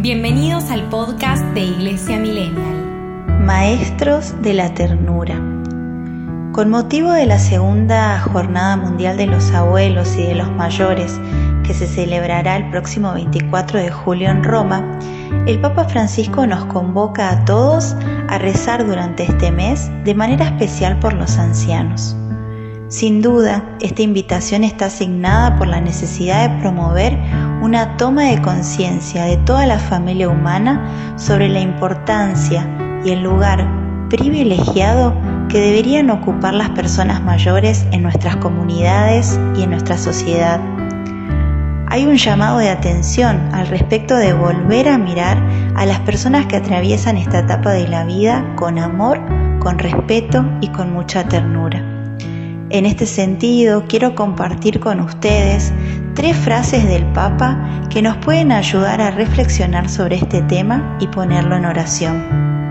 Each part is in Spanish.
Bienvenidos al podcast de Iglesia Millennial. Maestros de la Ternura. Con motivo de la segunda Jornada Mundial de los Abuelos y de los Mayores, que se celebrará el próximo 24 de julio en Roma, el Papa Francisco nos convoca a todos a rezar durante este mes de manera especial por los ancianos. Sin duda, esta invitación está asignada por la necesidad de promover una toma de conciencia de toda la familia humana sobre la importancia y el lugar privilegiado que deberían ocupar las personas mayores en nuestras comunidades y en nuestra sociedad. Hay un llamado de atención al respecto de volver a mirar a las personas que atraviesan esta etapa de la vida con amor, con respeto y con mucha ternura. En este sentido, quiero compartir con ustedes 3 frases del Papa que nos pueden ayudar a reflexionar sobre este tema y ponerlo en oración.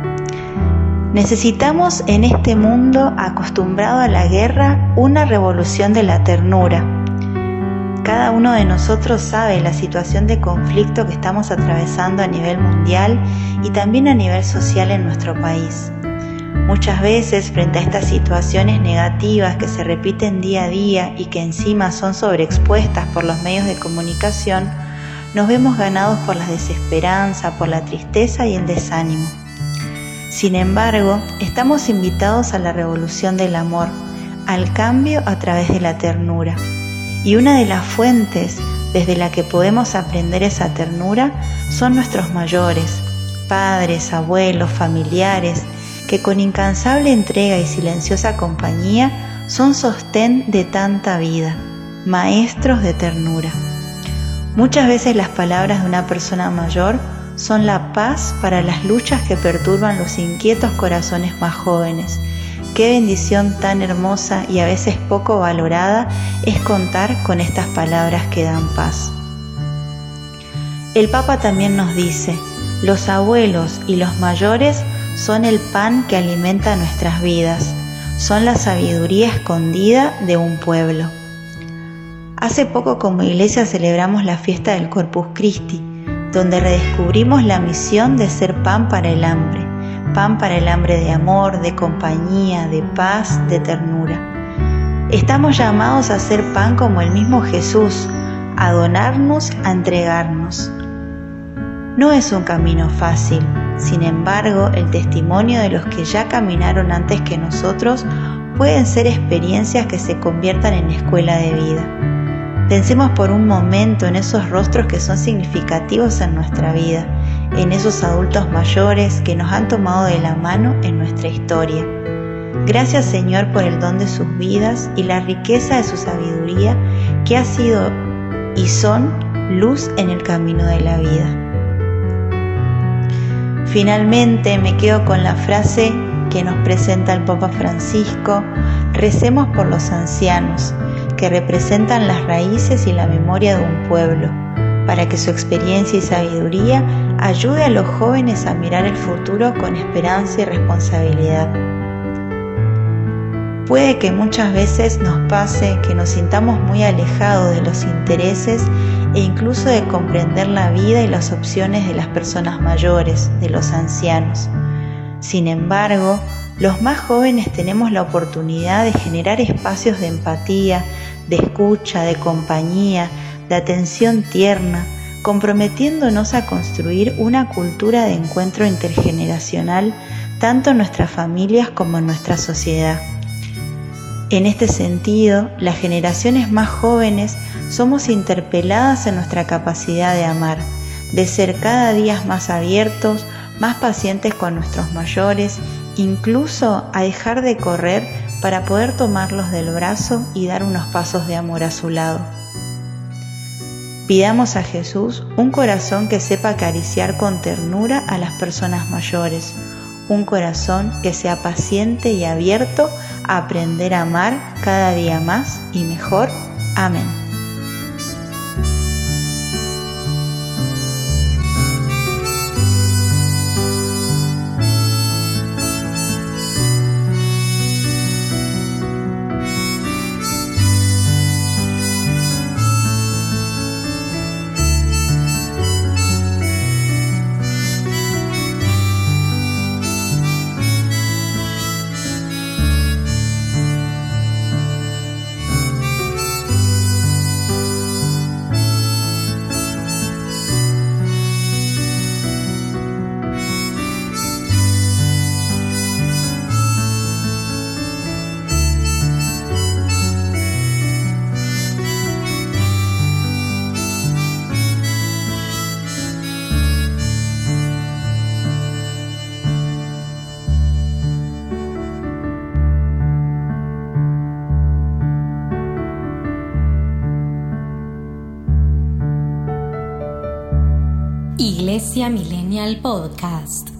Necesitamos en este mundo acostumbrado a la guerra una revolución de la ternura. Cada uno de nosotros sabe la situación de conflicto que estamos atravesando a nivel mundial y también a nivel social en nuestro país. Muchas veces, frente a estas situaciones negativas que se repiten día a día y que encima son sobreexpuestas por los medios de comunicación, nos vemos ganados por la desesperanza, por la tristeza y el desánimo. Sin embargo, estamos invitados a la revolución del amor, al cambio a través de la ternura. Y una de las fuentes desde la que podemos aprender esa ternura son nuestros mayores, padres, abuelos, familiares, que con incansable entrega y silenciosa compañía son sostén de tanta vida, maestros de ternura. Muchas veces las palabras de una persona mayor son la paz para las luchas que perturban los inquietos corazones más jóvenes. Qué bendición tan hermosa y a veces poco valorada es contar con estas palabras que dan paz. El Papa también nos dice: los abuelos y los mayores son el pan que alimenta nuestras vidas, son la sabiduría escondida de un pueblo. Hace poco como iglesia celebramos la fiesta del Corpus Christi, donde redescubrimos la misión de ser pan para el hambre de amor, de compañía, de paz, de ternura. Estamos llamados a ser pan como el mismo Jesús, a donarnos, a entregarnos. No es un camino fácil. Sin embargo, el testimonio de los que ya caminaron antes que nosotros pueden ser experiencias que se conviertan en escuela de vida. Pensemos por un momento en esos rostros que son significativos en nuestra vida, en esos adultos mayores que nos han tomado de la mano en nuestra historia. Gracias, Señor, por el don de sus vidas y la riqueza de su sabiduría que ha sido y son luz en el camino de la vida. Finalmente me quedo con la frase que nos presenta el Papa Francisco: recemos por los ancianos, que representan las raíces y la memoria de un pueblo, para que su experiencia y sabiduría ayude a los jóvenes a mirar el futuro con esperanza y responsabilidad. Puede que muchas veces nos pase que nos sintamos muy alejados de los intereses e incluso de comprender la vida y las opciones de las personas mayores, de los ancianos. Sin embargo, los más jóvenes tenemos la oportunidad de generar espacios de empatía, de escucha, de compañía, de atención tierna, comprometiéndonos a construir una cultura de encuentro intergeneracional tanto en nuestras familias como en nuestra sociedad. En este sentido, las generaciones más jóvenes somos interpeladas en nuestra capacidad de amar, de ser cada día más abiertos, más pacientes con nuestros mayores, incluso a dejar de correr para poder tomarlos del brazo y dar unos pasos de amor a su lado. Pidamos a Jesús un corazón que sepa acariciar con ternura a las personas mayores, un corazón que sea paciente y abierto a aprender a amar cada día más y mejor. Amén. Iglesia Millennial Podcast.